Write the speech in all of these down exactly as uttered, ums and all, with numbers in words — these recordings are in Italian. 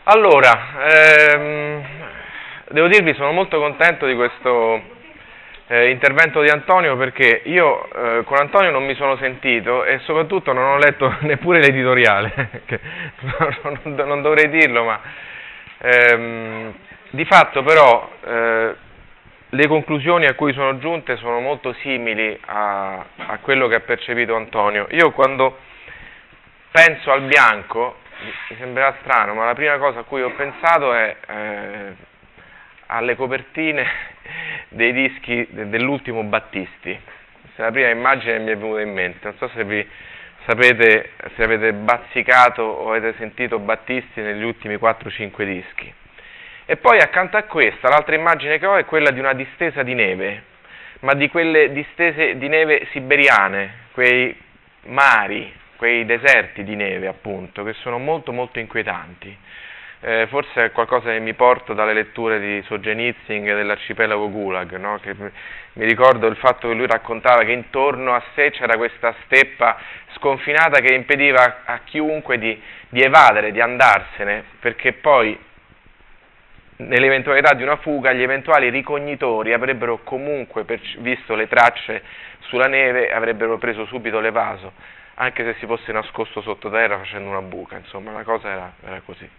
Allora, ehm, devo dirvi, sono molto contento di questo eh, intervento di Antonio, perché io eh, con Antonio non mi sono sentito e soprattutto non ho letto neppure l'editoriale, che non, non dovrei dirlo, ma ehm, di fatto però eh, le conclusioni a cui sono giunte sono molto simili a, a quello che ha percepito Antonio. Io quando penso al bianco, mi sembrerà strano, ma la prima cosa a cui ho pensato è eh, alle copertine dei dischi de- dell'ultimo Battisti. Questa è la prima immagine che mi è venuta in mente. Non so se vi sapete, se avete bazzicato o avete sentito Battisti negli ultimi quattro cinque dischi. E poi accanto a questa, l'altra immagine che ho è quella di una distesa di neve, ma di quelle distese di neve siberiane, quei mari, quei deserti di neve appunto, che sono molto molto inquietanti. Eh, forse è qualcosa che mi porto dalle letture di Solzhenitsyn e dell'arcipelago Gulag, no? Che mi ricordo il fatto che lui raccontava che intorno a sé c'era questa steppa sconfinata che impediva a chiunque di, di evadere, di andarsene, perché poi nell'eventualità di una fuga gli eventuali ricognitori avrebbero comunque, visto le tracce sulla neve, avrebbero preso subito l'evaso, anche se si fosse nascosto sottoterra facendo una buca. Insomma, la cosa era, era così.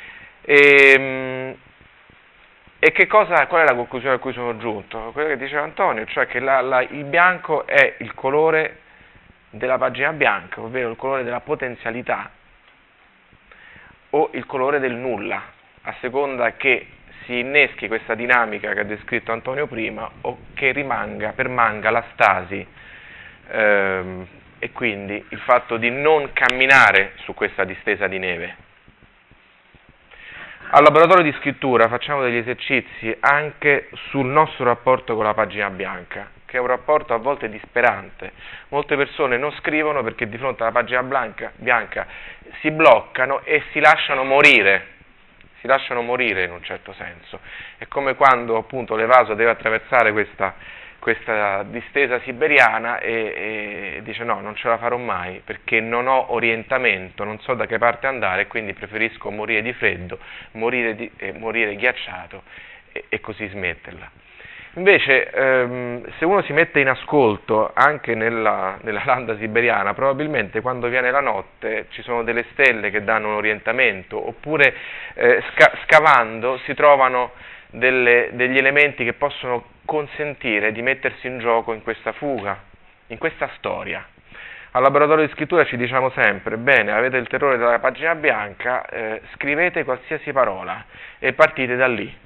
E, e che cosa, qual è la conclusione a cui sono giunto? Quello che diceva Antonio, cioè che la, la, il bianco è il colore della pagina bianca, ovvero il colore della potenzialità o il colore del nulla, a seconda che si inneschi questa dinamica che ha descritto Antonio prima o che rimanga, permanga la stasi, ehm, e quindi il fatto di non camminare su questa distesa di neve. Al laboratorio di scrittura facciamo degli esercizi anche sul nostro rapporto con la pagina bianca, che è un rapporto a volte disperante. Molte persone non scrivono perché di fronte alla pagina bianca, bianca si bloccano e si lasciano morire, si lasciano morire in un certo senso. È come quando appunto l'evaso deve attraversare questa, questa distesa siberiana e, e dice no, non ce la farò mai perché non ho orientamento, non so da che parte andare e quindi preferisco morire di freddo, morire, di, eh, morire ghiacciato e, e così smetterla. Invece, ehm, se uno si mette in ascolto anche nella, nella landa siberiana, probabilmente quando viene la notte ci sono delle stelle che danno un orientamento, oppure eh, sca- scavando si trovano delle, degli elementi che possono consentire di mettersi in gioco in questa fuga, in questa storia. Al laboratorio di scrittura ci diciamo sempre, bene, avete il terrore della pagina bianca, eh, scrivete qualsiasi parola e partite da lì.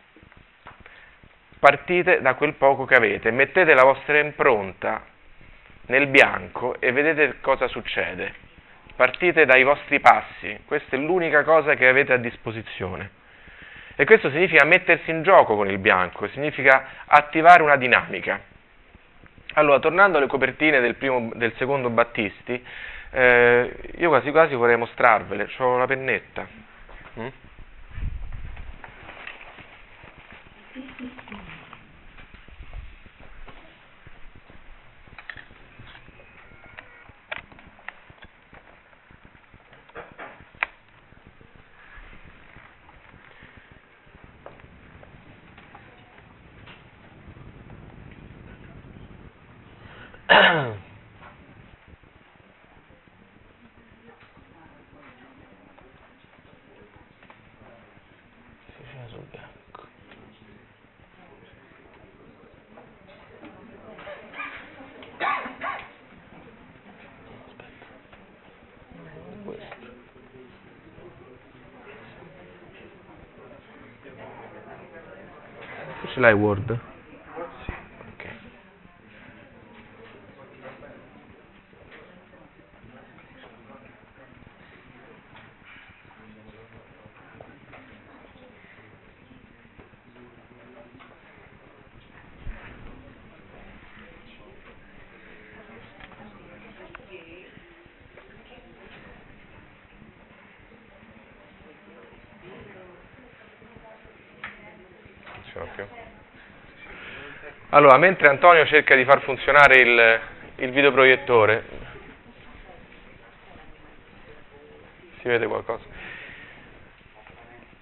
Partite da quel poco che avete, mettete la vostra impronta nel bianco e vedete cosa succede. Partite dai vostri passi, questa è l'unica cosa che avete a disposizione. E questo significa mettersi in gioco con il bianco, significa attivare una dinamica. Allora, tornando alle copertine del, primo, del secondo Battisti, eh, io quasi quasi vorrei mostrarvele, ho la pennetta. Mm? Sul bianco. Questo. Tu ce l'hai Word? Ok. Più. Allora, mentre Antonio cerca di far funzionare il, il videoproiettore, si vede qualcosa?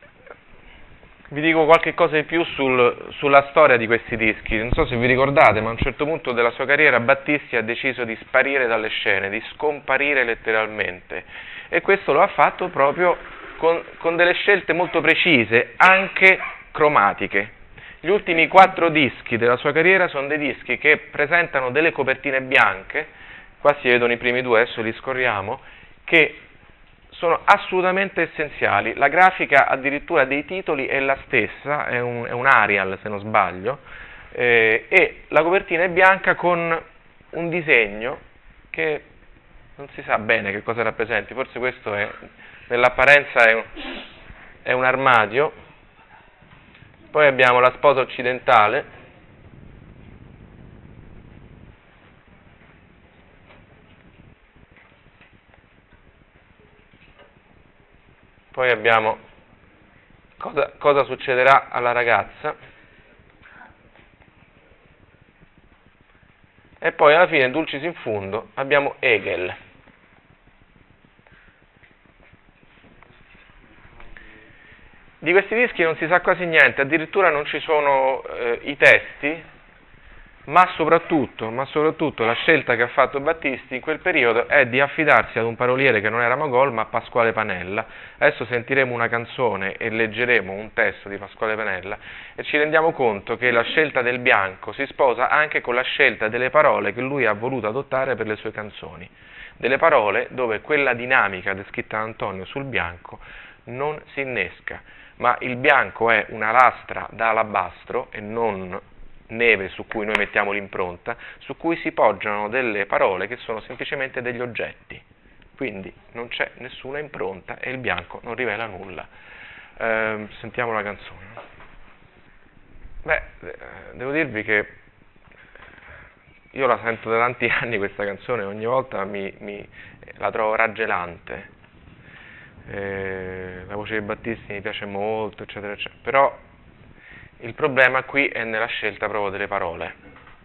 vi dico qualche cosa di più sul, sulla storia di questi dischi. Non so se vi ricordate, ma a un certo punto della sua carriera Battisti ha deciso di sparire dalle scene, di scomparire letteralmente. E questo lo ha fatto proprio con, con delle scelte molto precise, anche cromatiche. Gli ultimi quattro dischi della sua carriera sono dei dischi che presentano delle copertine bianche, qua si vedono i primi due, adesso li scorriamo, che sono assolutamente essenziali. La grafica addirittura dei titoli è la stessa, è un, è un Arial se non sbaglio, eh, e la copertina è bianca con un disegno che non si sa bene che cosa rappresenti, forse questo è, nell'apparenza è un, è un armadio. Poi abbiamo la sposa occidentale, poi abbiamo cosa, cosa succederà alla ragazza, e poi alla fine, dulcis in fundo, abbiamo Hegel. Di questi dischi non si sa quasi niente, addirittura non ci sono eh, i testi, ma soprattutto, ma soprattutto la scelta che ha fatto Battisti in quel periodo è di affidarsi ad un paroliere che non era Mogol, ma Pasquale Panella. Adesso sentiremo una canzone e leggeremo un testo di Pasquale Panella e ci rendiamo conto che la scelta del bianco si sposa anche con la scelta delle parole che lui ha voluto adottare per le sue canzoni. Delle parole dove quella dinamica descritta da Antonio sul bianco non si innesca, ma il bianco è una lastra da alabastro e non neve su cui noi mettiamo l'impronta, su cui si poggiano delle parole che sono semplicemente degli oggetti. Quindi non c'è nessuna impronta e il bianco non rivela nulla. Eh, sentiamo la canzone. Beh, devo dirvi che io la sento da tanti anni questa canzone, ogni volta mi, mi, la trovo raggelante. Eh, la voce di Battisti mi piace molto, eccetera, eccetera. Però il problema qui è nella scelta proprio delle parole.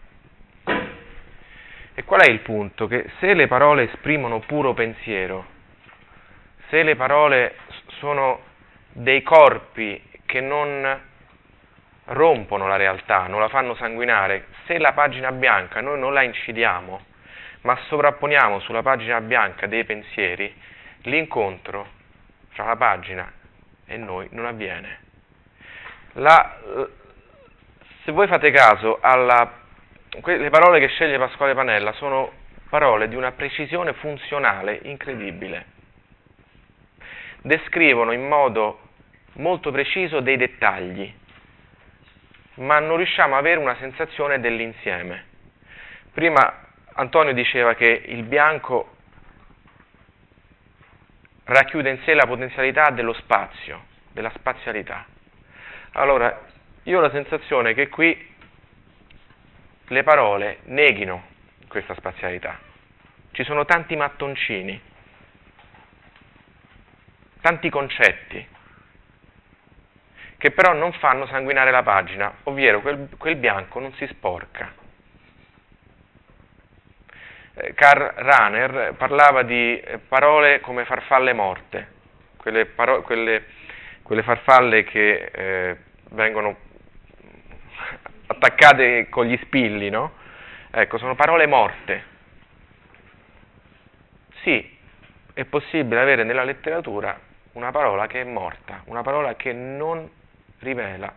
E qual è il punto? Che se le parole esprimono puro pensiero, se le parole sono dei corpi che non rompono la realtà, non la fanno sanguinare, se la pagina bianca noi non la incidiamo, ma sovrapponiamo sulla pagina bianca dei pensieri, l'incontro fra la pagina e noi non avviene. La, se voi fate caso, alla, le parole che sceglie Pasquale Panella sono parole di una precisione funzionale incredibile. Descrivono in modo molto preciso dei dettagli, ma non riusciamo ad avere una sensazione dell'insieme. Prima Antonio diceva che il bianco racchiude in sé la potenzialità dello spazio, della spazialità. Allora, io ho la sensazione che qui le parole neghino questa spazialità. Ci sono tanti mattoncini, tanti concetti, che però non fanno sanguinare la pagina, ovvero quel, quel bianco non si sporca. Eh, Karl Rahner parlava di parole come farfalle morte, quelle, paro- quelle, quelle farfalle che eh, vengono attaccate con gli spilli, no? Ecco, sono parole morte. Sì, è possibile avere nella letteratura una parola che è morta, una parola che non rivela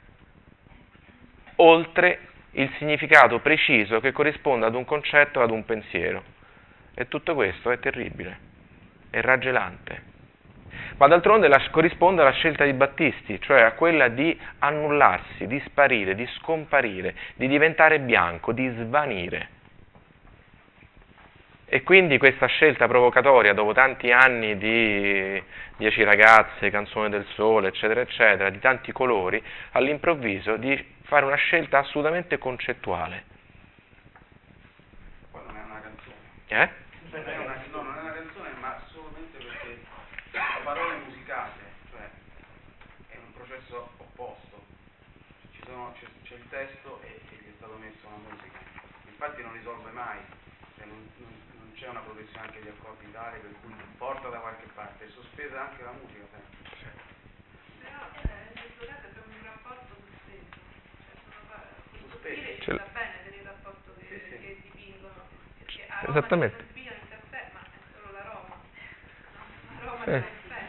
oltre il significato preciso che corrisponde ad un concetto, ad un pensiero. E tutto questo è terribile, è raggelante. Ma d'altronde la, corrisponde alla scelta di Battisti, cioè a quella di annullarsi, di sparire, di scomparire, di diventare bianco, di svanire. E quindi questa scelta provocatoria, dopo tanti anni di Dieci ragazze, Canzone del Sole, eccetera, eccetera, di tanti colori, all'improvviso di fare una scelta assolutamente concettuale. Poi non è una canzone. Eh? Non è una, no, non è una canzone, ma solamente perché sono parole musicate, cioè è un processo opposto. Ci sono, c'è, c'è il testo e, e gli è stato messo la musica. Infatti non risolve mai, cioè non, non, non c'è una progressione anche di accordi tale per cui porta da qualche parte, è sospesa anche la musica sempre. Però eh, nel suo caso è proprio esattamente. Sì.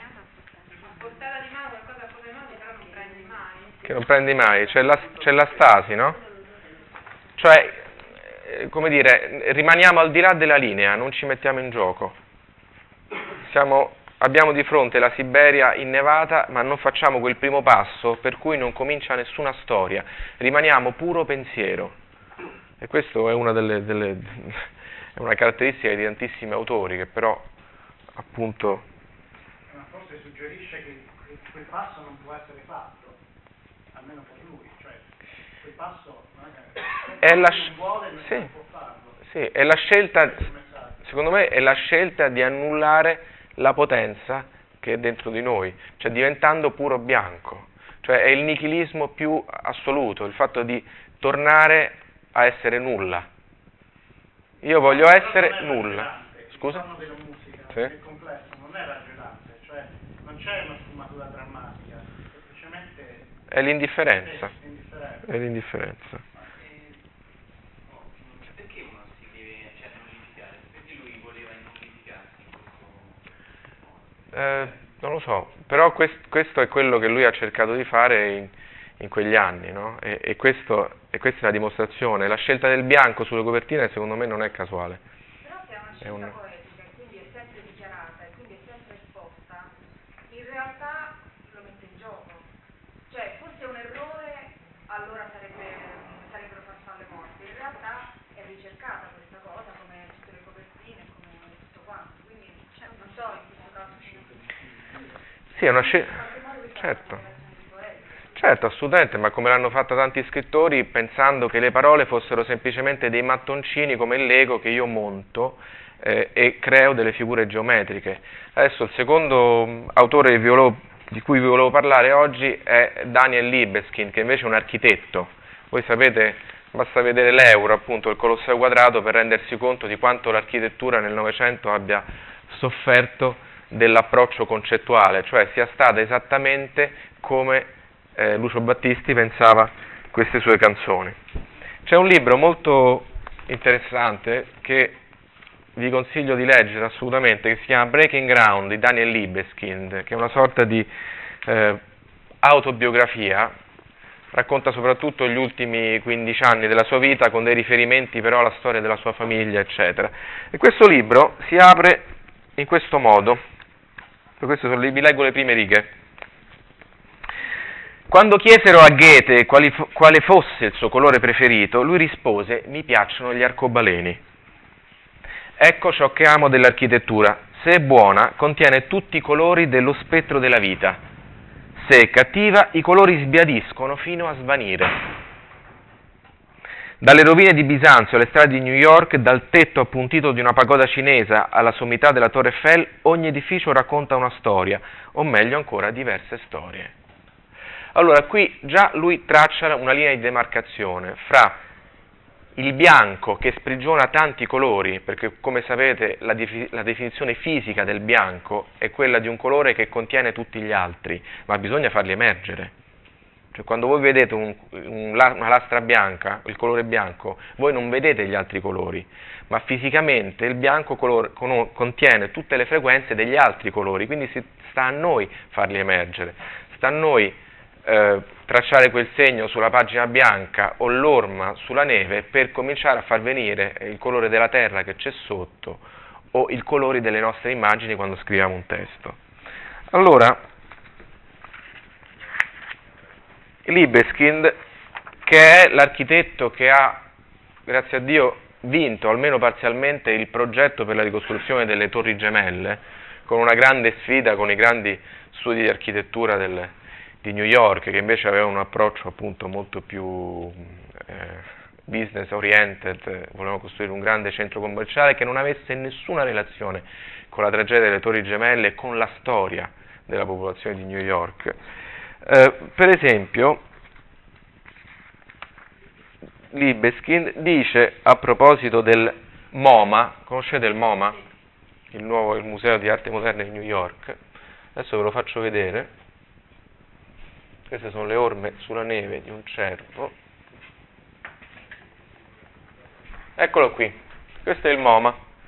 Che non prendi mai, c'è la, c'è la stasi, no? Cioè, eh, come dire, rimaniamo al di là della linea, non ci mettiamo in gioco. Siamo, abbiamo di fronte la Siberia innevata, ma non facciamo quel primo passo per cui non comincia nessuna storia, rimaniamo puro pensiero. E questo è una delle, delle è una caratteristica di tantissimi autori che però, appunto... Ma forse suggerisce che quel passo non può essere fatto. Almeno per lui, cioè quel passo non è, è la, non vuole, non sì, può farlo. Sì, è la scelta, secondo me è la scelta di annullare la potenza che è dentro di noi, cioè diventando puro bianco, cioè è il nichilismo più assoluto, il fatto di tornare a essere nulla. Io voglio essere nulla. Scusa? Il tono della musica, sì? È complesso, non è ragionante, cioè non c'è una sfumatura drammatica, semplicemente è l'indifferenza. È l'indifferenza. È l'indifferenza. Perché uno si deve cioè, nullificare? Perché lui voleva nullificarsi in questo modo? Eh, non lo so, però quest, questo è quello che lui ha cercato di fare in, in quegli anni, no? E, e, questo, e questa è la dimostrazione. La scelta del bianco sulle copertine secondo me non è casuale. Però se è una scelta è un... poetica e quindi è sempre dichiarata e quindi è sempre esposta, in realtà lo mette in gioco. Cioè, forse è un errore, allora sarebbe, sarebbero farfalle morte. In realtà è ricercata questa cosa, come tutte le copertine, come tutto quanto. Quindi, cioè, non so, in questo caso... Sì, è una scelta... Certo. Certo, assolutamente, ma come l'hanno fatta tanti scrittori pensando che le parole fossero semplicemente dei mattoncini come il Lego che io monto eh, e creo delle figure geometriche. Adesso il secondo autore vi volevo di cui vi volevo parlare oggi è Daniel Libeskind, che invece è un architetto. Voi sapete, basta vedere l'Euro, appunto, il Colosseo quadrato, per rendersi conto di quanto l'architettura nel Novecento abbia sofferto dell'approccio concettuale, cioè sia stata esattamente come eh, Lucio Battisti pensava queste sue canzoni. C'è un libro molto interessante che vi consiglio di leggere assolutamente, che si chiama Breaking Ground di Daniel Libeskind, che è una sorta di eh, autobiografia, racconta soprattutto gli ultimi quindici anni della sua vita con dei riferimenti però alla storia della sua famiglia, eccetera. E questo libro si apre in questo modo, per questo sono, vi leggo le prime righe. Quando chiesero a Goethe quali, quale fosse il suo colore preferito, lui rispose: mi piacciono gli arcobaleni. Ecco ciò che amo dell'architettura: se è buona, contiene tutti i colori dello spettro della vita; se è cattiva, i colori sbiadiscono fino a svanire. Dalle rovine di Bisanzio alle strade di New York, dal tetto appuntito di una pagoda cinese alla sommità della Torre Eiffel, ogni edificio racconta una storia, o meglio ancora, diverse storie. Allora, qui già lui traccia una linea di demarcazione fra il bianco che sprigiona tanti colori, perché come sapete la, defi- la definizione fisica del bianco è quella di un colore che contiene tutti gli altri, ma bisogna farli emergere. Cioè, quando voi vedete un, un, una lastra bianca, il colore bianco, voi non vedete gli altri colori, ma fisicamente il bianco colore, con, contiene tutte le frequenze degli altri colori, quindi si, sta a noi farli emergere, sta a noi Eh, tracciare quel segno sulla pagina bianca o l'orma sulla neve per cominciare a far venire il colore della terra che c'è sotto o i colori delle nostre immagini quando scriviamo un testo. Allora, Libeskind, che è l'architetto che ha, grazie a Dio, vinto almeno parzialmente il progetto per la ricostruzione delle Torri Gemelle, con una grande sfida con i grandi studi di architettura del di New York, che invece aveva un approccio appunto molto più eh, business oriented, volevano costruire un grande centro commerciale che non avesse nessuna relazione con la tragedia delle Torri Gemelle e con la storia della popolazione di New York. Eh, per esempio, Libeskind dice a proposito del MoMA, conoscete il MoMA? Il nuovo il Museo di Arte Moderna di New York, adesso ve lo faccio vedere. Queste sono le orme sulla neve di un cervo. Eccolo qui, questo è il MoMA.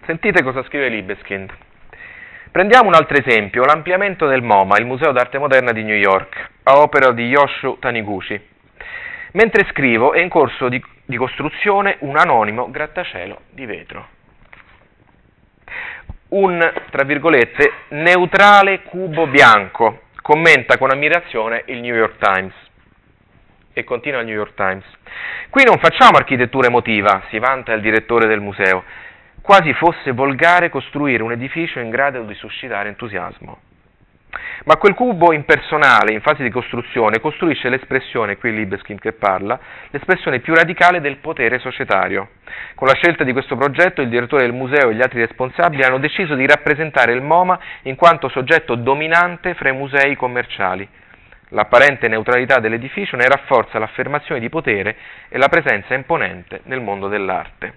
Sentite cosa scrive Libeskind. Prendiamo un altro esempio, l'ampliamento del MoMA, il Museo d'Arte Moderna di New York, a opera di Yoshio Taniguchi. Mentre scrivo è in corso di, di costruzione un anonimo grattacielo di vetro. Un, tra virgolette, neutrale cubo bianco, commenta con ammirazione il New York Times. E continua il New York Times. Qui non facciamo architettura emotiva, si vanta il direttore del museo, quasi fosse volgare costruire un edificio in grado di suscitare entusiasmo. Ma quel cubo impersonale, in fase di costruzione, costruisce l'espressione, qui Libeskind che parla, l'espressione più radicale del potere societario. Con la scelta di questo progetto, il direttore del museo e gli altri responsabili hanno deciso di rappresentare il MoMA in quanto soggetto dominante fra i musei commerciali. L'apparente neutralità dell'edificio ne rafforza l'affermazione di potere e la presenza imponente nel mondo dell'arte.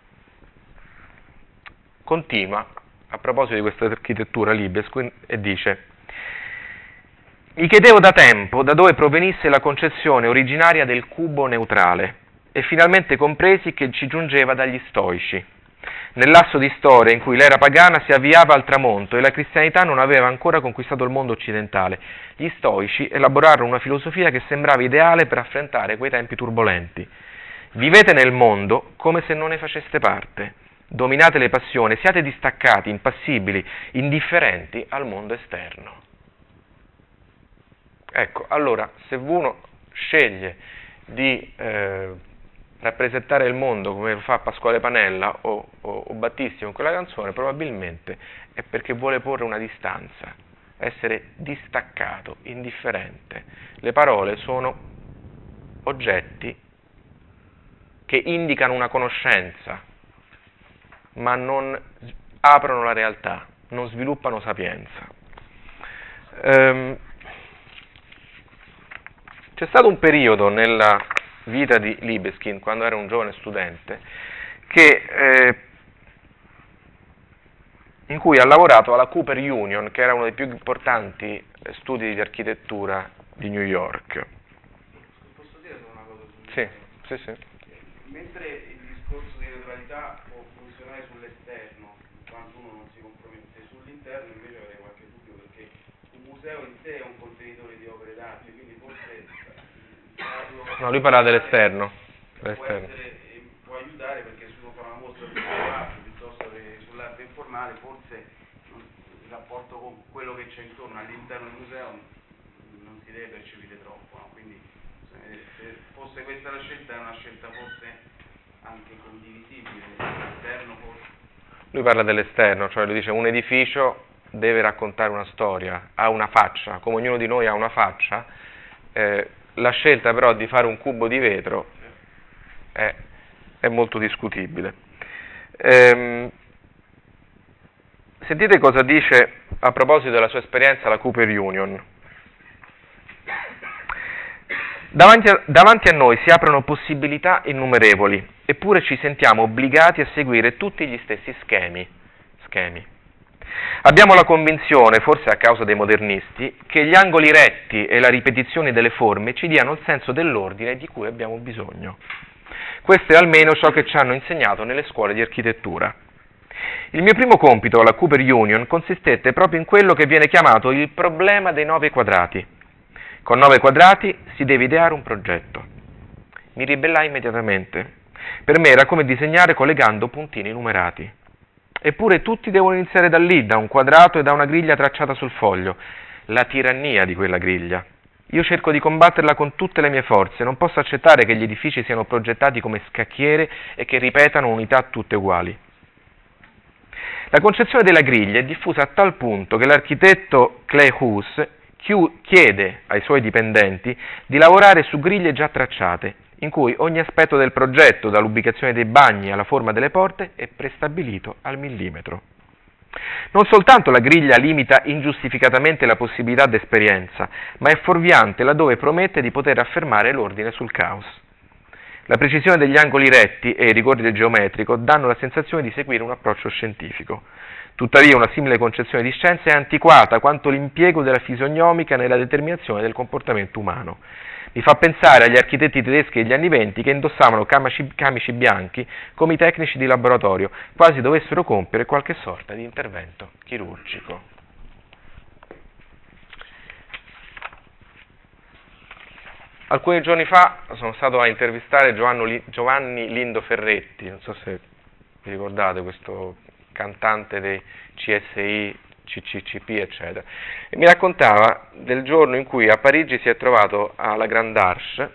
Continua, a proposito di questa architettura, Libeskind, e dice: mi chiedevo da tempo da dove provenisse la concezione originaria del cubo neutrale e finalmente compresi che ci giungeva dagli stoici. Nel lasso di storia in cui l'era pagana si avviava al tramonto e la cristianità non aveva ancora conquistato il mondo occidentale, gli stoici elaborarono una filosofia che sembrava ideale per affrontare quei tempi turbolenti. Vivete nel mondo come se non ne faceste parte. Dominate le passioni, siate distaccati, impassibili, indifferenti al mondo esterno. Ecco, allora, se uno sceglie di eh, rappresentare il mondo come lo fa Pasquale Panella o, o, o Battisti con quella canzone, probabilmente è perché vuole porre una distanza, essere distaccato, indifferente. Le parole sono oggetti che indicano una conoscenza, ma non aprono la realtà, non sviluppano sapienza. Ehm, c'è stato un periodo nella vita di Libeskind, quando era un giovane studente, che, eh, in cui ha lavorato alla Cooper Union, che era uno dei più importanti studi di architettura di New York. Posso dire solo una cosa su Sì, sì, sì. Mentre il discorso di neutralità può funzionare sull'esterno, quando uno non si compromette, sull'interno invece avrei qualche dubbio, perché un museo in sé è un contenitore di opere d'arte, quindi forse farlo... No, lui parla dell'esterno. Può, essere, può aiutare, perché se uno fa una mostra sull'arte piuttosto che sull'arte informale, forse il rapporto con quello che c'è intorno all'interno del museo non si deve percepire troppo, no? Quindi se fosse questa la scelta, è una scelta forse anche condivisibile, all'esterno forse. Lui parla dell'esterno, cioè lui dice un edificio deve raccontare una storia, ha una faccia, come ognuno di noi ha una faccia, eh, la scelta però di fare un cubo di vetro è, è molto discutibile. Ehm, sentite cosa dice a proposito della sua esperienza alla Cooper Union. Davanti a, davanti a noi si aprono possibilità innumerevoli, eppure ci sentiamo obbligati a seguire tutti gli stessi schemi. schemi. Abbiamo la convinzione, forse a causa dei modernisti, che gli angoli retti e la ripetizione delle forme ci diano il senso dell'ordine di cui abbiamo bisogno. Questo è almeno ciò che ci hanno insegnato nelle scuole di architettura. Il mio primo compito alla Cooper Union consistette proprio in quello che viene chiamato il problema dei nove quadrati. Con nove quadrati si deve ideare un progetto. Mi ribellai immediatamente. Per me era come disegnare collegando puntini numerati. Eppure tutti devono iniziare da lì, da un quadrato e da una griglia tracciata sul foglio. La tirannia di quella griglia. Io cerco di combatterla con tutte le mie forze. Non posso accettare che gli edifici siano progettati come scacchiere e che ripetano unità tutte uguali. La concezione della griglia è diffusa a tal punto che l'architetto Clay Hughes chiede ai suoi dipendenti di lavorare su griglie già tracciate, in cui ogni aspetto del progetto, dall'ubicazione dei bagni alla forma delle porte, è prestabilito al millimetro. Non soltanto la griglia limita ingiustificatamente la possibilità d'esperienza, ma è fuorviante laddove promette di poter affermare l'ordine sul caos. La precisione degli angoli retti e il rigore del geometrico danno la sensazione di seguire un approccio scientifico. Tuttavia una simile concezione di scienza è antiquata quanto l'impiego della fisionomica nella determinazione del comportamento umano. Mi fa pensare agli architetti tedeschi degli anni venti che indossavano camici, camici bianchi come i tecnici di laboratorio, quasi dovessero compiere qualche sorta di intervento chirurgico. Alcuni giorni fa sono stato a intervistare Giovanni Lindo Ferretti, non so se vi ricordate, questo cantante dei C S I, C C C P, eccetera, e mi raccontava del giorno in cui a Parigi si è trovato alla Grande Arche.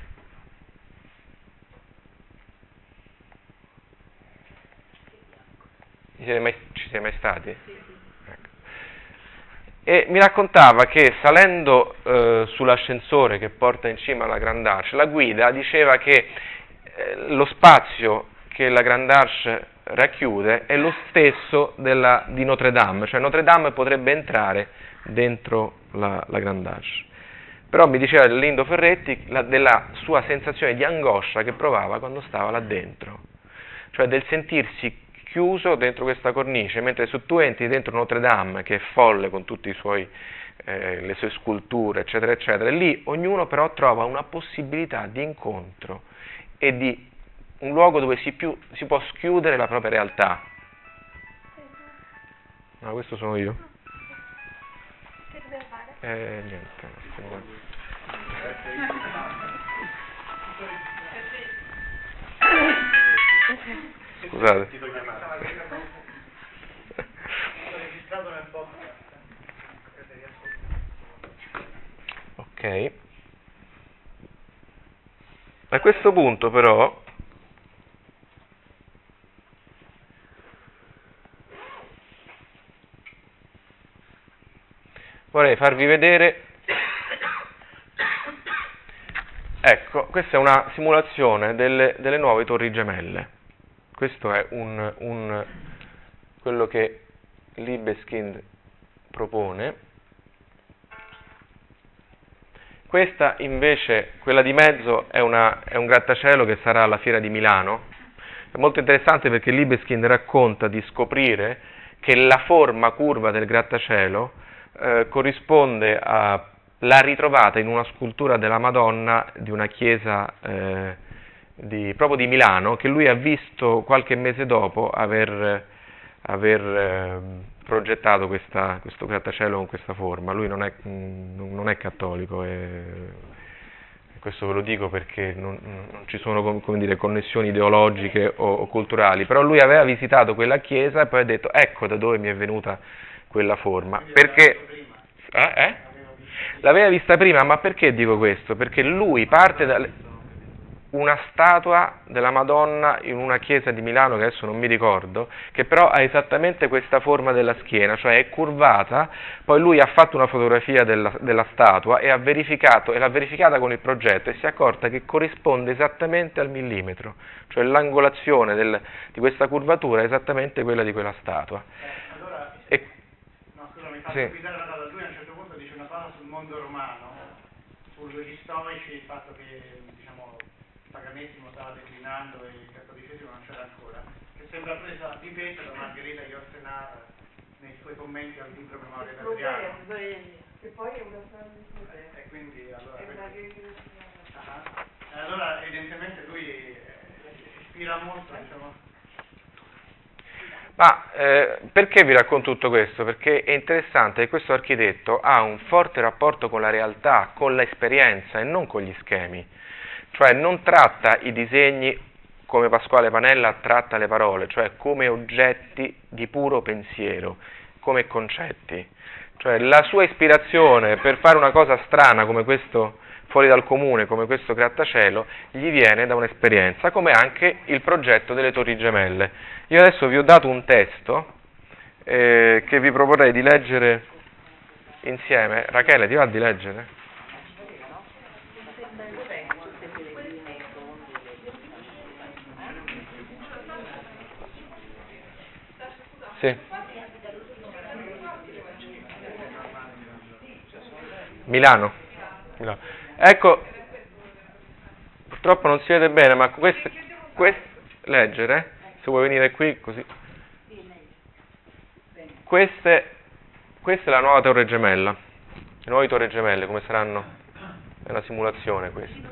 Ci siete mai, ci siete mai stati? Sì, sì. Ecco. E mi raccontava che salendo eh, sull'ascensore che porta in cima alla Grande Arche, la guida diceva che eh, lo spazio che la Grande Arche racchiude è lo stesso della, di Notre Dame, cioè Notre Dame potrebbe entrare dentro la, la Grande Arche. Però mi diceva Lindo Ferretti la, della sua sensazione di angoscia che provava quando stava là dentro, cioè del sentirsi chiuso dentro questa cornice, mentre se tu entri dentro Notre Dame, che è folle con tutte eh, le sue sculture, eccetera, eccetera, lì ognuno però trova una possibilità di incontro e di un luogo dove si, più, si può schiudere la propria realtà. No, questo sono io. Che dobbiamo fare? Eh, niente. Scusate. Ok. A questo punto però vorrei farvi vedere, ecco, questa è una simulazione delle, delle nuove torri gemelle. Questo è un, un, quello che Libeskind propone. Questa invece, quella di mezzo, è, una, è un grattacielo che sarà alla Fiera di Milano. È molto interessante perché Libeskind racconta di scoprire che la forma curva del grattacielo eh, corrisponde alla ritrovata in una scultura della Madonna di una chiesa eh, di, proprio di Milano, che lui ha visto qualche mese dopo aver, aver eh, progettato questa, questo grattacielo con questa forma. Lui non è, non è cattolico, e questo ve lo dico perché non, non ci sono, come dire, connessioni ideologiche o, o culturali, però lui aveva visitato quella chiesa e poi ha detto ecco da dove mi è venuta quella forma, perché eh, eh? l'aveva vista prima, ma perché dico questo? Perché lui parte da una statua della Madonna in una chiesa di Milano, che adesso non mi ricordo, che però ha esattamente questa forma della schiena, cioè è curvata. Poi lui ha fatto una fotografia della, della statua e ha verificato, e l'ha verificata con il progetto, e si è accorta che corrisponde esattamente al millimetro, cioè l'angolazione del, di questa curvatura è esattamente quella di quella statua. Eh, allora, e, no, scusa, mi fa sì. capitare una cosa. Lui a un certo punto dice una cosa sul mondo romano, sugli storici, il fatto che, diciamo, il paganesimo stava declinando e il cattolicesimo non c'era ancora, che sembra presa di peso da Margherita Yourcenar nei suoi commenti al libro Memoria d'Adriano. Che poi è una frase di E quindi allora, è una ah, e allora evidentemente lui eh, ispira molto, diciamo. Ma eh, perché vi racconto tutto questo? Perché è interessante che questo architetto ha un forte rapporto con la realtà, con l'esperienza e non con gli schemi. Cioè non tratta i disegni come Pasquale Panella tratta le parole, cioè come oggetti di puro pensiero, come concetti. Cioè la sua ispirazione per fare una cosa strana come questo, fuori dal comune, come questo grattacielo, gli viene da un'esperienza, come anche il progetto delle Torri Gemelle. Io adesso vi ho dato un testo eh, che vi proporrei di leggere insieme. Rachele, ti va di leggere? Sì. Milano. Milano. Ecco, purtroppo non si vede bene, ma queste, queste leggere, se vuoi venire qui così. Queste, questa è la nuova Torre Gemella. Le nuove Torri Gemelle come saranno? è una simulazione questa.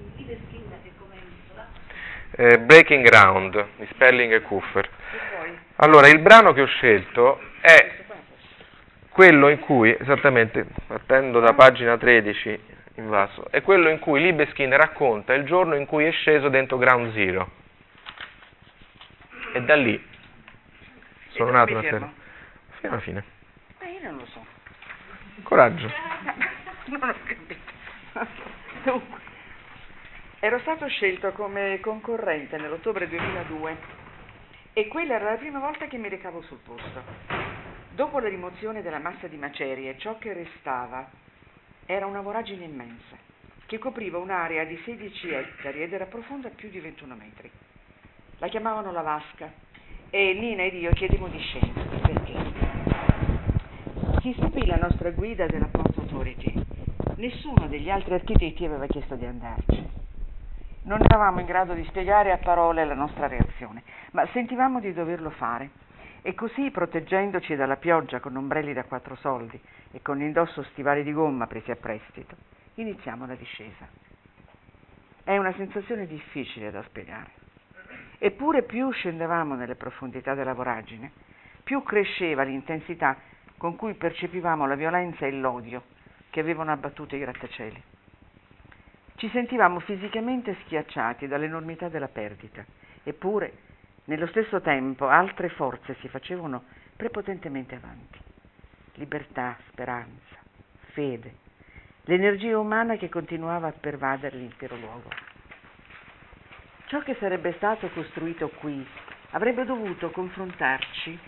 Eh, Breaking Ground di Sperling e Kuffer. Allora, il brano che ho scelto è quello in cui, esattamente, partendo da pagina tredici in basso, è quello in cui Libeskind racconta il giorno in cui è sceso dentro Ground Zero. E da lì sono nato una serie. Fino alla fine. Ma io non lo so. Coraggio. Non ho capito. Dunque, ero stato scelto come concorrente nell'ottobre duemiladue e quella era la prima volta che mi recavo sul posto. Dopo la rimozione della massa di macerie, ciò che restava era una voragine immensa che copriva un'area di sedici ettari ed era profonda più di ventuno metri. La chiamavano la vasca e Nina ed io chiedemmo di scendere. Perché? Si stupì la nostra guida della Port Authority. Nessuno degli altri architetti aveva chiesto di andarci. Non eravamo in grado di spiegare a parole la nostra reazione, ma sentivamo di doverlo fare. E così, proteggendoci dalla pioggia con ombrelli da quattro soldi e con indosso stivali di gomma presi a prestito, iniziamo la discesa. È una sensazione difficile da spiegare. Eppure più scendevamo nelle profondità della voragine, più cresceva l'intensità con cui percepivamo la violenza e l'odio che avevano abbattuto i grattacieli. Ci sentivamo fisicamente schiacciati dall'enormità della perdita, eppure, nello stesso tempo, altre forze si facevano prepotentemente avanti. Libertà, speranza, fede, l'energia umana che continuava a pervadere l'intero luogo. Ciò che sarebbe stato costruito qui avrebbe dovuto confrontarci.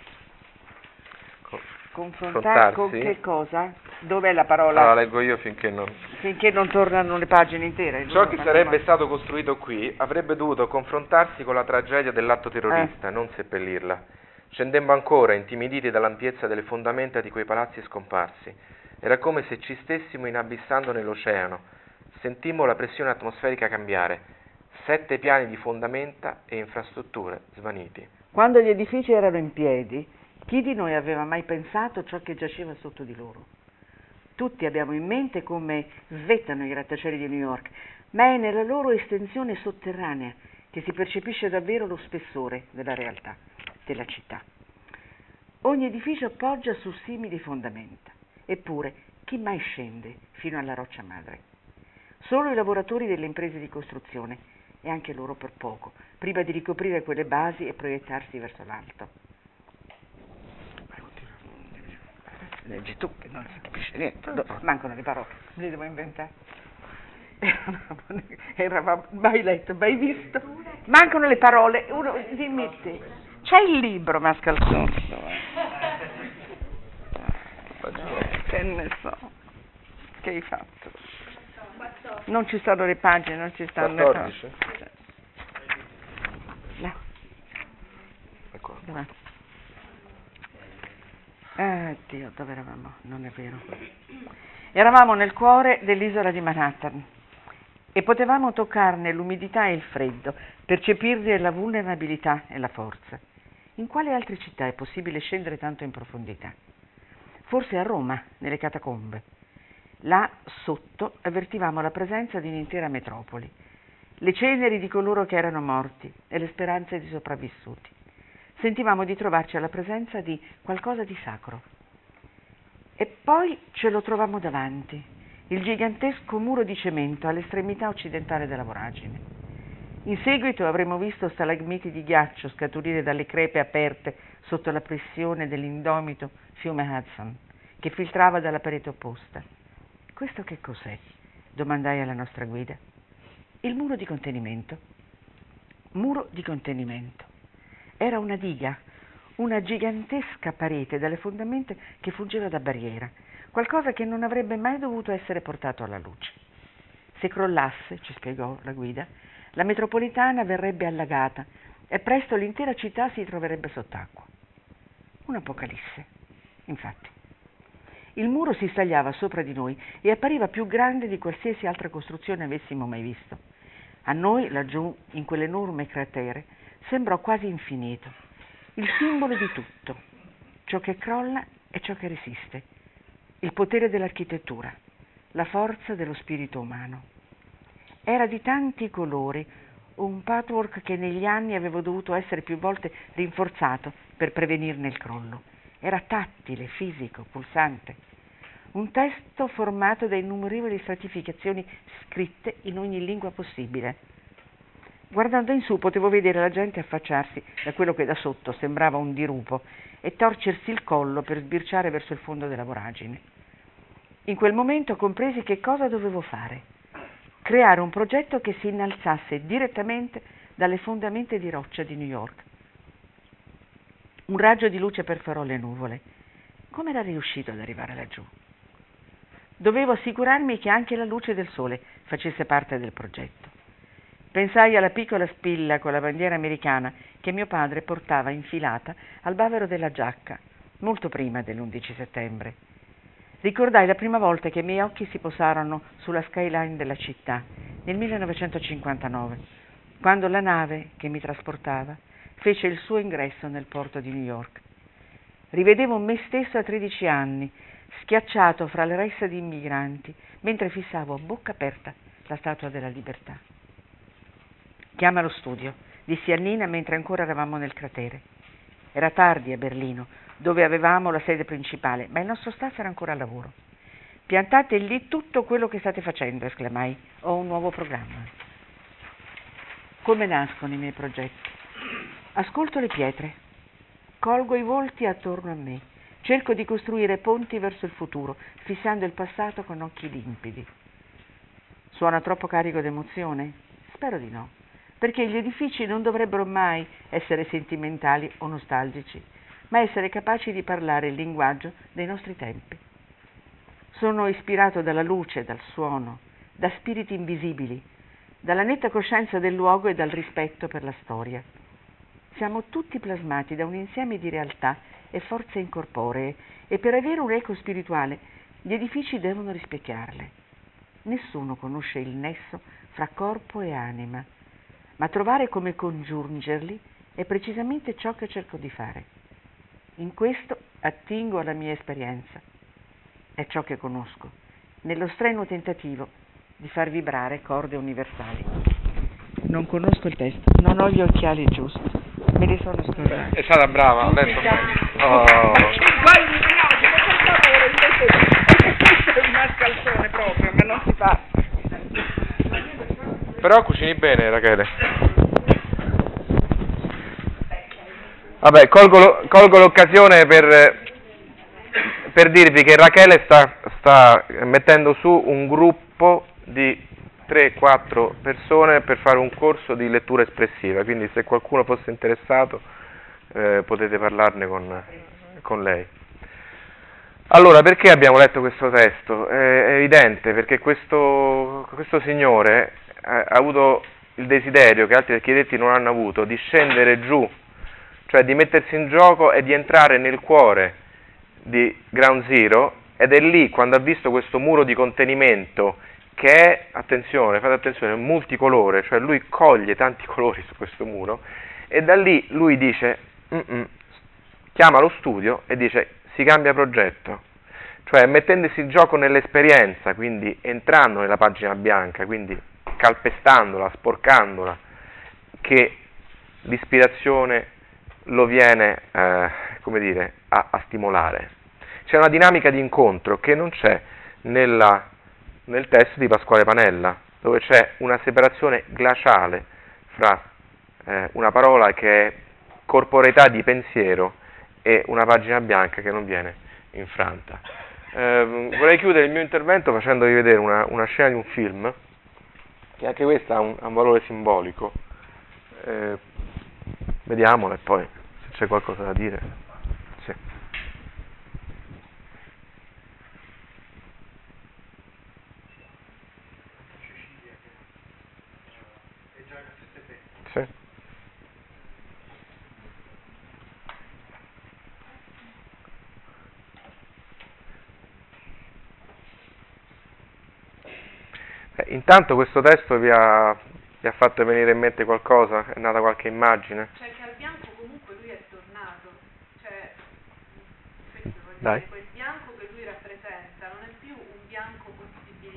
Confrontare con che cosa? Dov'è la parola? Allora, leggo io finché non... Finché non tornano le pagine intere. Ciò che sarebbe stato costruito qui avrebbe dovuto confrontarsi con la tragedia dell'atto terrorista, eh. non seppellirla. Scendemmo ancora, intimiditi dall'ampiezza delle fondamenta di quei palazzi scomparsi. Era come se ci stessimo inabissando nell'oceano. Sentimmo la pressione atmosferica cambiare. Sette piani di fondamenta e infrastrutture svaniti. Quando gli edifici erano in piedi, chi di noi aveva mai pensato ciò che giaceva sotto di loro? Tutti abbiamo in mente come svettano i grattacieli di New York, ma è nella loro estensione sotterranea che si percepisce davvero lo spessore della realtà, della città. Ogni edificio poggia su simili fondamenta, eppure chi mai scende fino alla roccia madre? Solo i lavoratori delle imprese di costruzione, e anche loro per poco, prima di ricoprire quelle basi e proiettarsi verso l'alto. Leggi tu che non si capisce niente, no, mancano le parole, me le devo inventare. Eravamo mai letto, mai visto, mancano le parole. Uno, dimmi te, c'è il libro Mascalzonzo? Che ne so, che hai fatto? Non ci stanno le pagine, non ci stanno quattordici. Le pagine. No. Ecco. Dov'è? Eh, Dio, dove eravamo? Non è vero. Eravamo nel cuore dell'isola di Manhattan e potevamo toccarne l'umidità e il freddo, percepirne la vulnerabilità e la forza. In quale altre città è possibile scendere tanto in profondità? Forse a Roma, nelle catacombe. Là sotto avvertivamo la presenza di un'intera metropoli, le ceneri di coloro che erano morti e le speranze di sopravvissuti. Sentivamo di trovarci alla presenza di qualcosa di sacro. E poi ce lo trovammo davanti, il gigantesco muro di cemento all'estremità occidentale della voragine. In seguito avremmo visto stalagmiti di ghiaccio scaturire dalle crepe aperte sotto la pressione dell'indomito fiume Hudson, che filtrava dalla parete opposta. Questo che cos'è? Domandai alla nostra guida. Il muro di contenimento. Muro di contenimento. Era una diga, una gigantesca parete dalle fondamenta che fungeva da barriera, qualcosa che non avrebbe mai dovuto essere portato alla luce. Se crollasse, ci spiegò la guida, la metropolitana verrebbe allagata e presto l'intera città si troverebbe sott'acqua. Un'apocalisse, infatti. Il muro si stagliava sopra di noi e appariva più grande di qualsiasi altra costruzione avessimo mai visto. A noi, laggiù, in quell'enorme cratere, sembrò quasi infinito, il simbolo di tutto, ciò che crolla e ciò che resiste, il potere dell'architettura, la forza dello spirito umano. Era di tanti colori, un patchwork che negli anni avevo dovuto essere più volte rinforzato per prevenirne il crollo. Era tattile, fisico, pulsante. Un testo formato da innumerevoli stratificazioni scritte in ogni lingua possibile. Guardando in su potevo vedere la gente affacciarsi da quello che da sotto sembrava un dirupo e torcersi il collo per sbirciare verso il fondo della voragine. In quel momento compresi che cosa dovevo fare. Creare un progetto che si innalzasse direttamente dalle fondamenta di roccia di New York. Un raggio di luce perforò le nuvole. Come era riuscito ad arrivare laggiù? Dovevo assicurarmi che anche la luce del sole facesse parte del progetto. Pensai alla piccola spilla con la bandiera americana che mio padre portava infilata al bavero della giacca, molto prima dell'undici settembre. Ricordai la prima volta che i miei occhi si posarono sulla skyline della città, nel millenovecentocinquantanove, quando la nave che mi trasportava fece il suo ingresso nel porto di New York. Rivedevo me stesso a tredici anni, schiacciato fra le ressa di immigranti, mentre fissavo a bocca aperta la Statua della Libertà. «Chiama lo studio», dissi a Nina mentre ancora eravamo nel cratere. Era tardi a Berlino, dove avevamo la sede principale, ma il nostro staff era ancora al lavoro. «Piantate lì tutto quello che state facendo», esclamai. «Ho un nuovo programma». Come nascono i miei progetti? Ascolto le pietre, colgo i volti attorno a me, cerco di costruire ponti verso il futuro, fissando il passato con occhi limpidi. Suona troppo carico d'emozione? Spero di no, perché gli edifici non dovrebbero mai essere sentimentali o nostalgici, ma essere capaci di parlare il linguaggio dei nostri tempi. Sono ispirato dalla luce, dal suono, da spiriti invisibili, dalla netta coscienza del luogo e dal rispetto per la storia. Siamo tutti plasmati da un insieme di realtà e forze incorporee e per avere un eco spirituale gli edifici devono rispecchiarle. Nessuno conosce il nesso fra corpo e anima, ma trovare come congiungerli è precisamente ciò che cerco di fare. In questo attingo alla mia esperienza. È ciò che conosco, nello strenuo tentativo di far vibrare corde universali. Non conosco il testo, non ho gli occhiali giusti, me li sono scordati. È stata brava, ha letto bene. Oh. Guardi, no, per favore, invece questo è un mascalzone proprio, ma non si fa. Però cucini bene, Rachele. Vabbè, colgo, lo- colgo l'occasione per, per dirvi che Rachele sta, sta mettendo su un gruppo di tre quattro persone per fare un corso di lettura espressiva, quindi se qualcuno fosse interessato eh, potete parlarne con, con lei. Allora, perché abbiamo letto questo testo? È evidente, perché questo, questo signore ha avuto il desiderio, che altri architetti non hanno avuto, di scendere giù, cioè di mettersi in gioco e di entrare nel cuore di Ground Zero, ed è lì, quando ha visto questo muro di contenimento, che è, attenzione, fate attenzione, multicolore, cioè lui coglie tanti colori su questo muro, e da lì lui dice, Mm-mm, chiama lo studio e dice, si cambia progetto, cioè mettendosi in gioco nell'esperienza, quindi entrando nella pagina bianca, quindi calpestandola, sporcandola, che l'ispirazione lo viene, eh, come dire, a, a stimolare. C'è una dinamica di incontro che non c'è nella, nel testo di Pasquale Panella, dove c'è una separazione glaciale fra eh, una parola che è corporeità di pensiero e una pagina bianca che non viene infranta. Eh, vorrei chiudere il mio intervento facendovi vedere una, una scena di un film, che anche questa ha un, ha un valore simbolico. Eh, vediamola e poi se c'è qualcosa da dire. Sì. Sì. Eh, intanto questo testo vi ha, vi ha fatto venire in mente qualcosa? È nata qualche immagine? Cioè che al bianco comunque lui è tornato, cioè questo voglio Dai. dire, quel bianco che lui rappresenta non è più un bianco possibilmente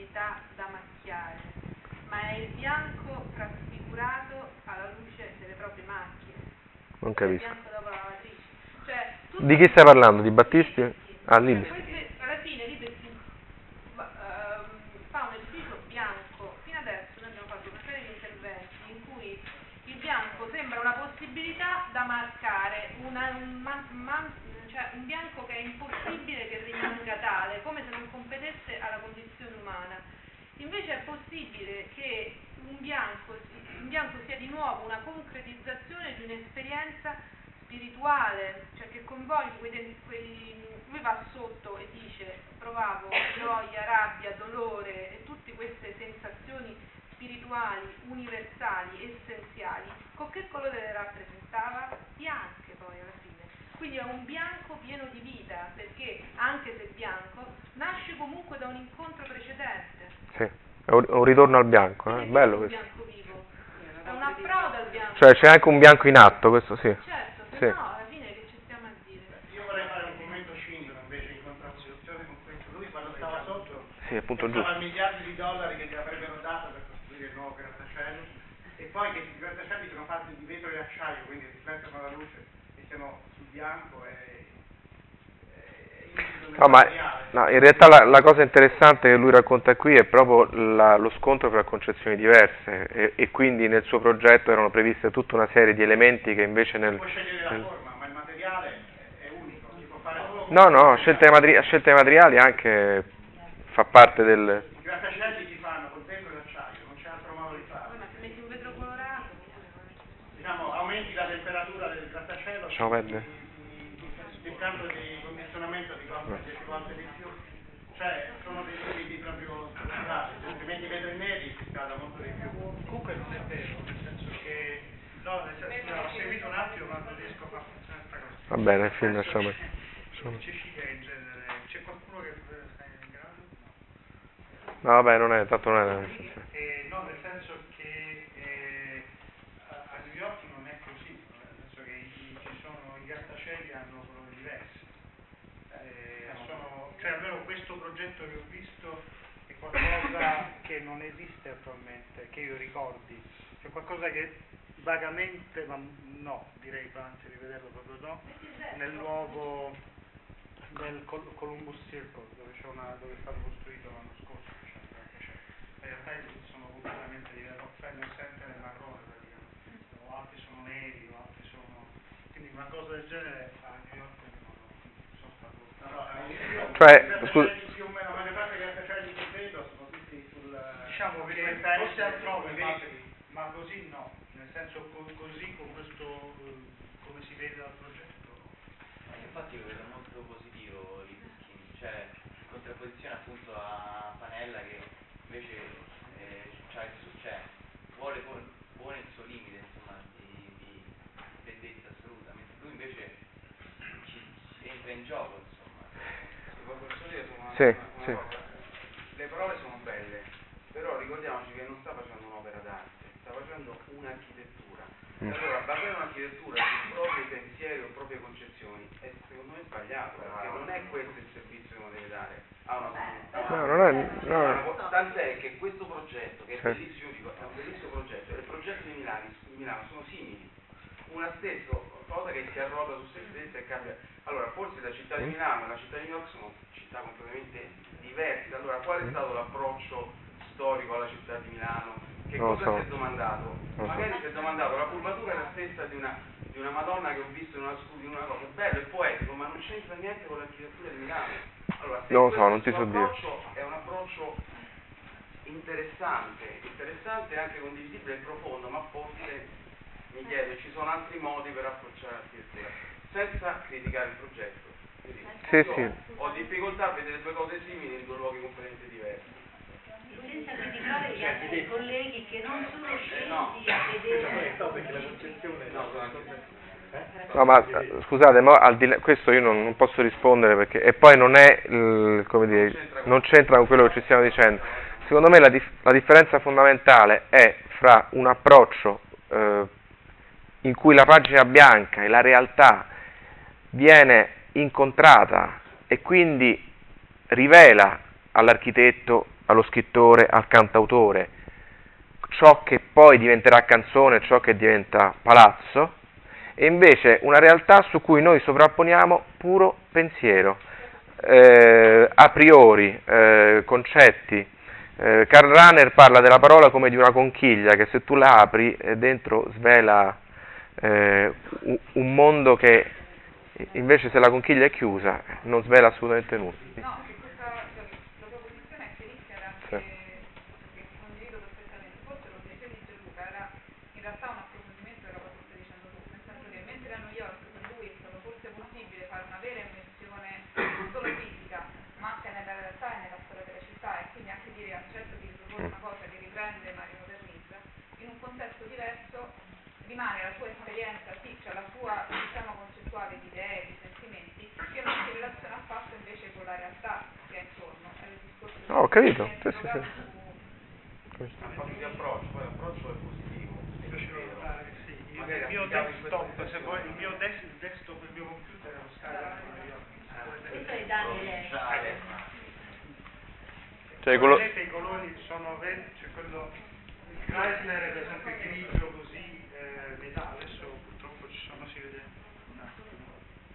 il bianco trasfigurato alla luce delle proprie macchie. Non capisco. Il bianco dopo la lavatrice. Cioè, Di chi stai parlando? Di Battisti? Ah, Cioè, Libesti. queste- alla fine Libesti ma, ehm, fa un edificio bianco. Fino adesso noi abbiamo fatto una serie di interventi in cui il bianco sembra una possibilità da marcare, una, un, man- man- cioè un bianco che è impossibile che rimanga tale, come se non competesse alla condizione umana. Invece è possibile che un bianco, si- un bianco sia di nuovo una concretizzazione di un'esperienza spirituale, cioè che coinvolge quei, quei, lui va sotto e dice provavo gioia, rabbia, dolore e tutte queste sensazioni spirituali, universali, essenziali. Con che colore le rappresentava? Bianche poi alla fine. Quindi è un bianco pieno di vita, perché anche se bianco nasce comunque da un incontro precedente. Sì, è un un ritorno al bianco, eh? Quindi Bello è un questo. bianco vivo, è un approdo al bianco. Cioè c'è anche un bianco in atto, questo sì. Certo, se Sì. no alla fine che ci stiamo a dire? Io vorrei fare un commento cinico invece in contrapposizione con questo. Lui quando stava sotto Sì, appunto pensava giusto. a miliardi di dollari che gli avrebbero dato per costruire il nuovo grattacielo e poi che i grattacieli sono fatti di vetro e acciaio, quindi riflettono la luce e siamo sul bianco e, e io No, ma no, in realtà la, la cosa interessante che lui racconta qui è proprio la- lo scontro fra concezioni diverse e, e quindi nel suo progetto erano previste tutta una serie di elementi che invece nel... può scegliere la nel- forma, ma il materiale è, è unico, si può fare solo con No, no, il scelte, materi- scelte materiali anche fa parte del... I grattacieli si fanno col vetro e l'acciaio, non c'è altro modo di Poi farlo. ma se metti un vetro colorato, Diciamo, aumenti la temperatura del grattacielo, Lasciamo perdere. il, il, il campo di condizionamento ti costa dieci volte di più, cioè sono dei limiti proprio strutturali, se ti metti i vetri neri si scalda molto di più. Comunque non è vero, nel senso che, no, nel senso che ho seguito un attimo ma non riesco a far funzionare questa cosa. Va bene, il film lasciamo... C'è Cecilia in genere, c'è qualcuno che sta in grado? No. No, vabbè, non è, tanto non è... Eh, no, nel senso che eh, a, a New York non è così, nel senso che i, ci sono, i grattacieli hanno colori diversi. Eh, sono, cioè almeno questo progetto che ho visto è qualcosa che non esiste attualmente, che io ricordi, è qualcosa che vagamente, ma no, direi anzi rivederlo proprio no, nel nuovo, nel Col- Columbus Circle, dove, c'è una, dove è stato costruito l'anno scorso. In realtà sono completamente diversi, Rockefeller Center è marrone praticamente, o altri sono neri, o altri sono... quindi una cosa del genere a New York non sono stato... No, no, a New York, Cioè, i scusa- grattacieli più o meno, la maggior parte dei grattacieli che vedo sono tutti sul... Diciamo che forse altrove, ma, ma così no, nel senso co- così con questo, eh, come si vede dal progetto. Infatti lo vedo molto positivo Libeskind, cioè in contrapposizione appunto a Panella che invece eh, c'ha il suo- cioè, vuole pon- pone il suo limite insomma di, di bellezza assoluta, mentre lui invece ci, ci entra in gioco insomma. Se posso dire su una, Sì, una- una sì. cosa, le parole sono belle, però ricordiamoci che non sta facendo un'opera d'arte, sta facendo un'architettura. Mm. Allora, basare un'architettura su propri pensieri o proprie concezioni è secondo me sbagliato, perché non è questo il servizio che uno deve dare a una comunità. No, non è... Allora, No. tant'è che questo progetto, che è Sì. bellissimo, dico, è un bellissimo progetto, e il progetto di Milano, di Milano sono simili, una stessa cosa che si arroda su se stessa e cambia. Allora, forse la città di Milano e la città di New York sono città completamente diverse. Allora, qual è stato l'approccio storico alla città di Milano? Che Non lo cosa so. si è domandato? Non lo so. Magari si è domandato, la curvatura è la stessa di una, di una Madonna che ho visto in una, scu- in una cosa, bello e poetico, ma non c'entra niente con l'architettura di Milano. Allora, se Non lo so, questo non ti suo so dire. approccio è un approccio interessante, interessante e anche condivisibile e profondo, ma forse mi chiedo, ci sono altri modi per approcciare l'architettura, senza criticare il progetto. Quindi, Sì, io sì. ho difficoltà a vedere due cose simili in due luoghi completamente diversi. Senza criticare gli altri colleghi che non sono Eh, no. scesi a vedere No, anche- No, ma eh, scusate, ma al di là, questo io non, non posso rispondere perché e poi non è il- come dire, non c'entra con quello che ci stiamo dicendo. Secondo me la, dif- la differenza fondamentale è fra un approccio eh, in cui la pagina bianca e la realtà viene incontrata e quindi rivela all'architetto, allo scrittore, al cantautore ciò che poi diventerà canzone, ciò che diventa palazzo, e invece una realtà su cui noi sovrapponiamo puro pensiero, eh, a priori, eh, concetti. Eh, Karl Rahner parla della parola come di una conchiglia che se tu la apri eh, dentro svela eh, un mondo che invece se la conchiglia è chiusa non svela assolutamente nulla. No, che questa, la tua posizione è chiarissima ed anche, che condivido perfettamente. Forse lo che dicevi Gianluca era in realtà un approfondimento della cosa che stai dicendo tu, nel senso che mentre a New York per lui è stato forse possibile fare una vera immersione non solo fisica, ma anche nella realtà e nella storia della città, e quindi anche dire accetto di riproporre una cosa che riprende ma rimodernizza, in un contesto diverso rimane la sua esperienza, sì, cioè la sua diciamo concettuale di idee, di sentimenti, che non si relaziona affatto invece con la realtà che è intorno. È il discorso No, ho capito, sì, sì, sì. Un po' di approccio, poi l'approccio è positivo. Io ce l'ho da fare, sì. Il Magari mio applicato in questo desktop, se contesto. vuoi, il mio des- il desktop, il mio computer è lo Skype. Questo è Daniele. Cioè, quello... Vedete i colori sono verdi, cioè quello il Chrysler è ad esempio grigio così eh, metà, adesso purtroppo ci sono, si vede un attimo.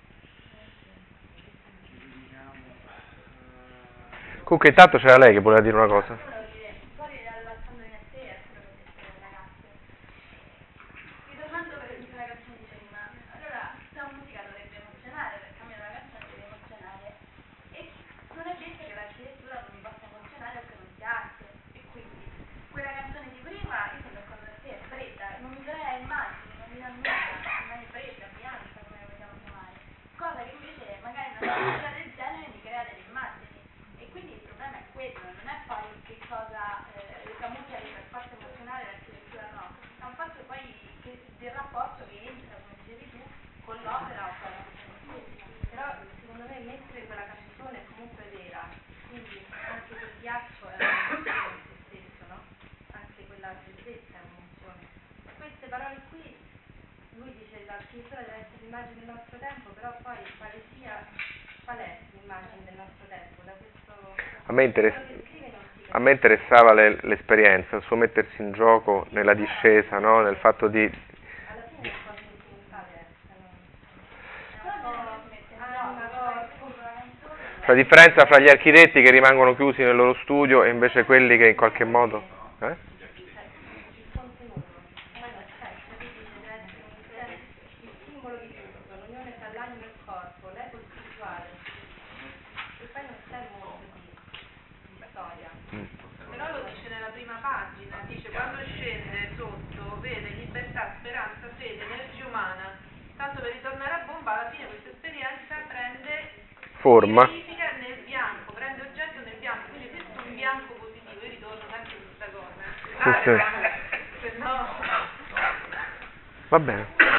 Eliminiamo. eh, Comunque intanto c'era lei che voleva dire una cosa. Volevo dire, fuori dall'alzando in te è quello che dice le ragazze. Ritornando per esempio alla canzone di prima, allora la musica dovrebbe emozionare, perché a me una canzone deve emozionare. E non è detto che l'architettura non mi possa emozionare o che non sia arte. E quindi quella canzone di prima, io sono d'accordo con te, è fredda, non mi crea immagini, non mi dà nulla, rimane fredda, bianca, come la vogliamo chiamare. Cosa che invece magari una musica del genere mi crea delle immagini. E quindi il problema è quello, non è poi che cosa eh, la musica che per forza emozionale l'architettura no, è un fatto poi che, del rapporto che entra, come dicevi tu, con l'opera o con la canzone stessa. Però secondo me mentre quella canzone è comunque vera, quindi anche quel ghiaccio è un'emozione in se stesso, no? Anche quella freddezza è un'emozione. Queste parole qui, lui dice l'architettura deve essere l'immagine del nostro tempo, però poi quale sia, qual è l'immagine del nostro tempo? Da questo A me, interess- a me interessava le- l'esperienza, il suo mettersi in gioco nella discesa, no? Nel fatto di... alla fine è un po' sentimentale, eh, non... è un po' si mette in gioco, la canzone. La differenza fra gli architetti che rimangono chiusi nel loro studio e invece quelli che in qualche modo... Eh? Il contenuto, poi non c'è, capito? Deve essere un insieme, il simbolo di tutto, l'unione tra l'anima e il corpo, l'eco spirituale. E poi non c'è molto di storia. Però lo dice nella prima pagina, dice quando scende sotto vede libertà, speranza, fede, energia umana. Tanto per ritornare a bomba, alla fine questa esperienza prende Forma. significa nel bianco, prende oggetto nel bianco, quindi questo è un bianco positivo, io ritorno sempre su questa cosa. Sì, sì. Se no... Va bene.